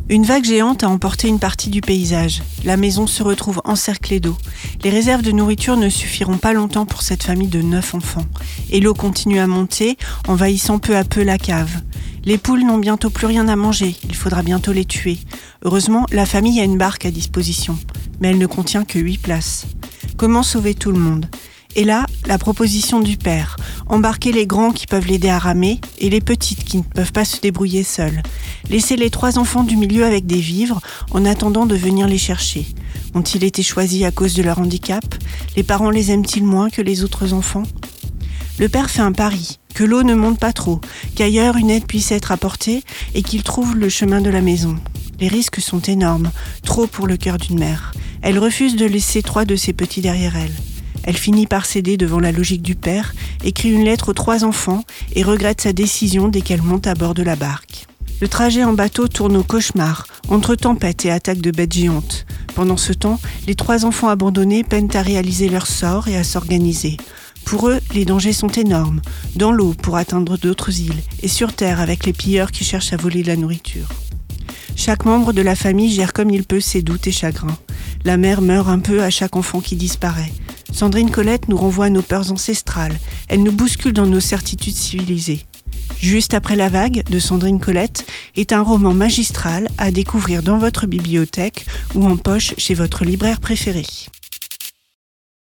Une vague géante a emporté une partie du paysage. La maison se retrouve encerclée d'eau. Les réserves de nourriture ne suffiront pas longtemps pour cette famille de 9 enfants. Et l'eau continue à monter, envahissant peu à peu la cave. Les poules n'ont bientôt plus rien à manger, il faudra bientôt les tuer. Heureusement, la famille a une barque à disposition, mais elle ne contient que 8 places. Comment sauver tout le monde ? Et là, la proposition du père, embarquer les grands qui peuvent l'aider à ramer et les petites qui ne peuvent pas se débrouiller seules. Laisser les 3 enfants du milieu avec des vivres en attendant de venir les chercher. Ont-ils été choisis à cause de leur handicap ? Les parents les aiment-ils moins que les autres enfants ? Le père fait un pari, que l'eau ne monte pas trop, qu'ailleurs une aide puisse être apportée et qu'il trouve le chemin de la maison. Les risques sont énormes, trop pour le cœur d'une mère. Elle refuse de laisser 3 de ses petits derrière elle. Elle finit par céder devant la logique du père, écrit une lettre aux 3 enfants et regrette sa décision dès qu'elle monte à bord de la barque. Le trajet en bateau tourne au cauchemar, entre tempêtes et attaques de bêtes géantes. Pendant ce temps, les 3 enfants abandonnés peinent à réaliser leur sort et à s'organiser. Pour eux, les dangers sont énormes, dans l'eau pour atteindre d'autres îles, et sur terre avec les pilleurs qui cherchent à voler de la nourriture. Chaque membre de la famille gère comme il peut ses doutes et chagrins. La mère meurt un peu à chaque enfant qui disparaît. Sandrine Colette nous renvoie à nos peurs ancestrales. Elle nous bouscule dans nos certitudes civilisées. Juste après la vague de Sandrine Colette est un roman magistral à découvrir dans votre bibliothèque ou en poche chez votre libraire préféré.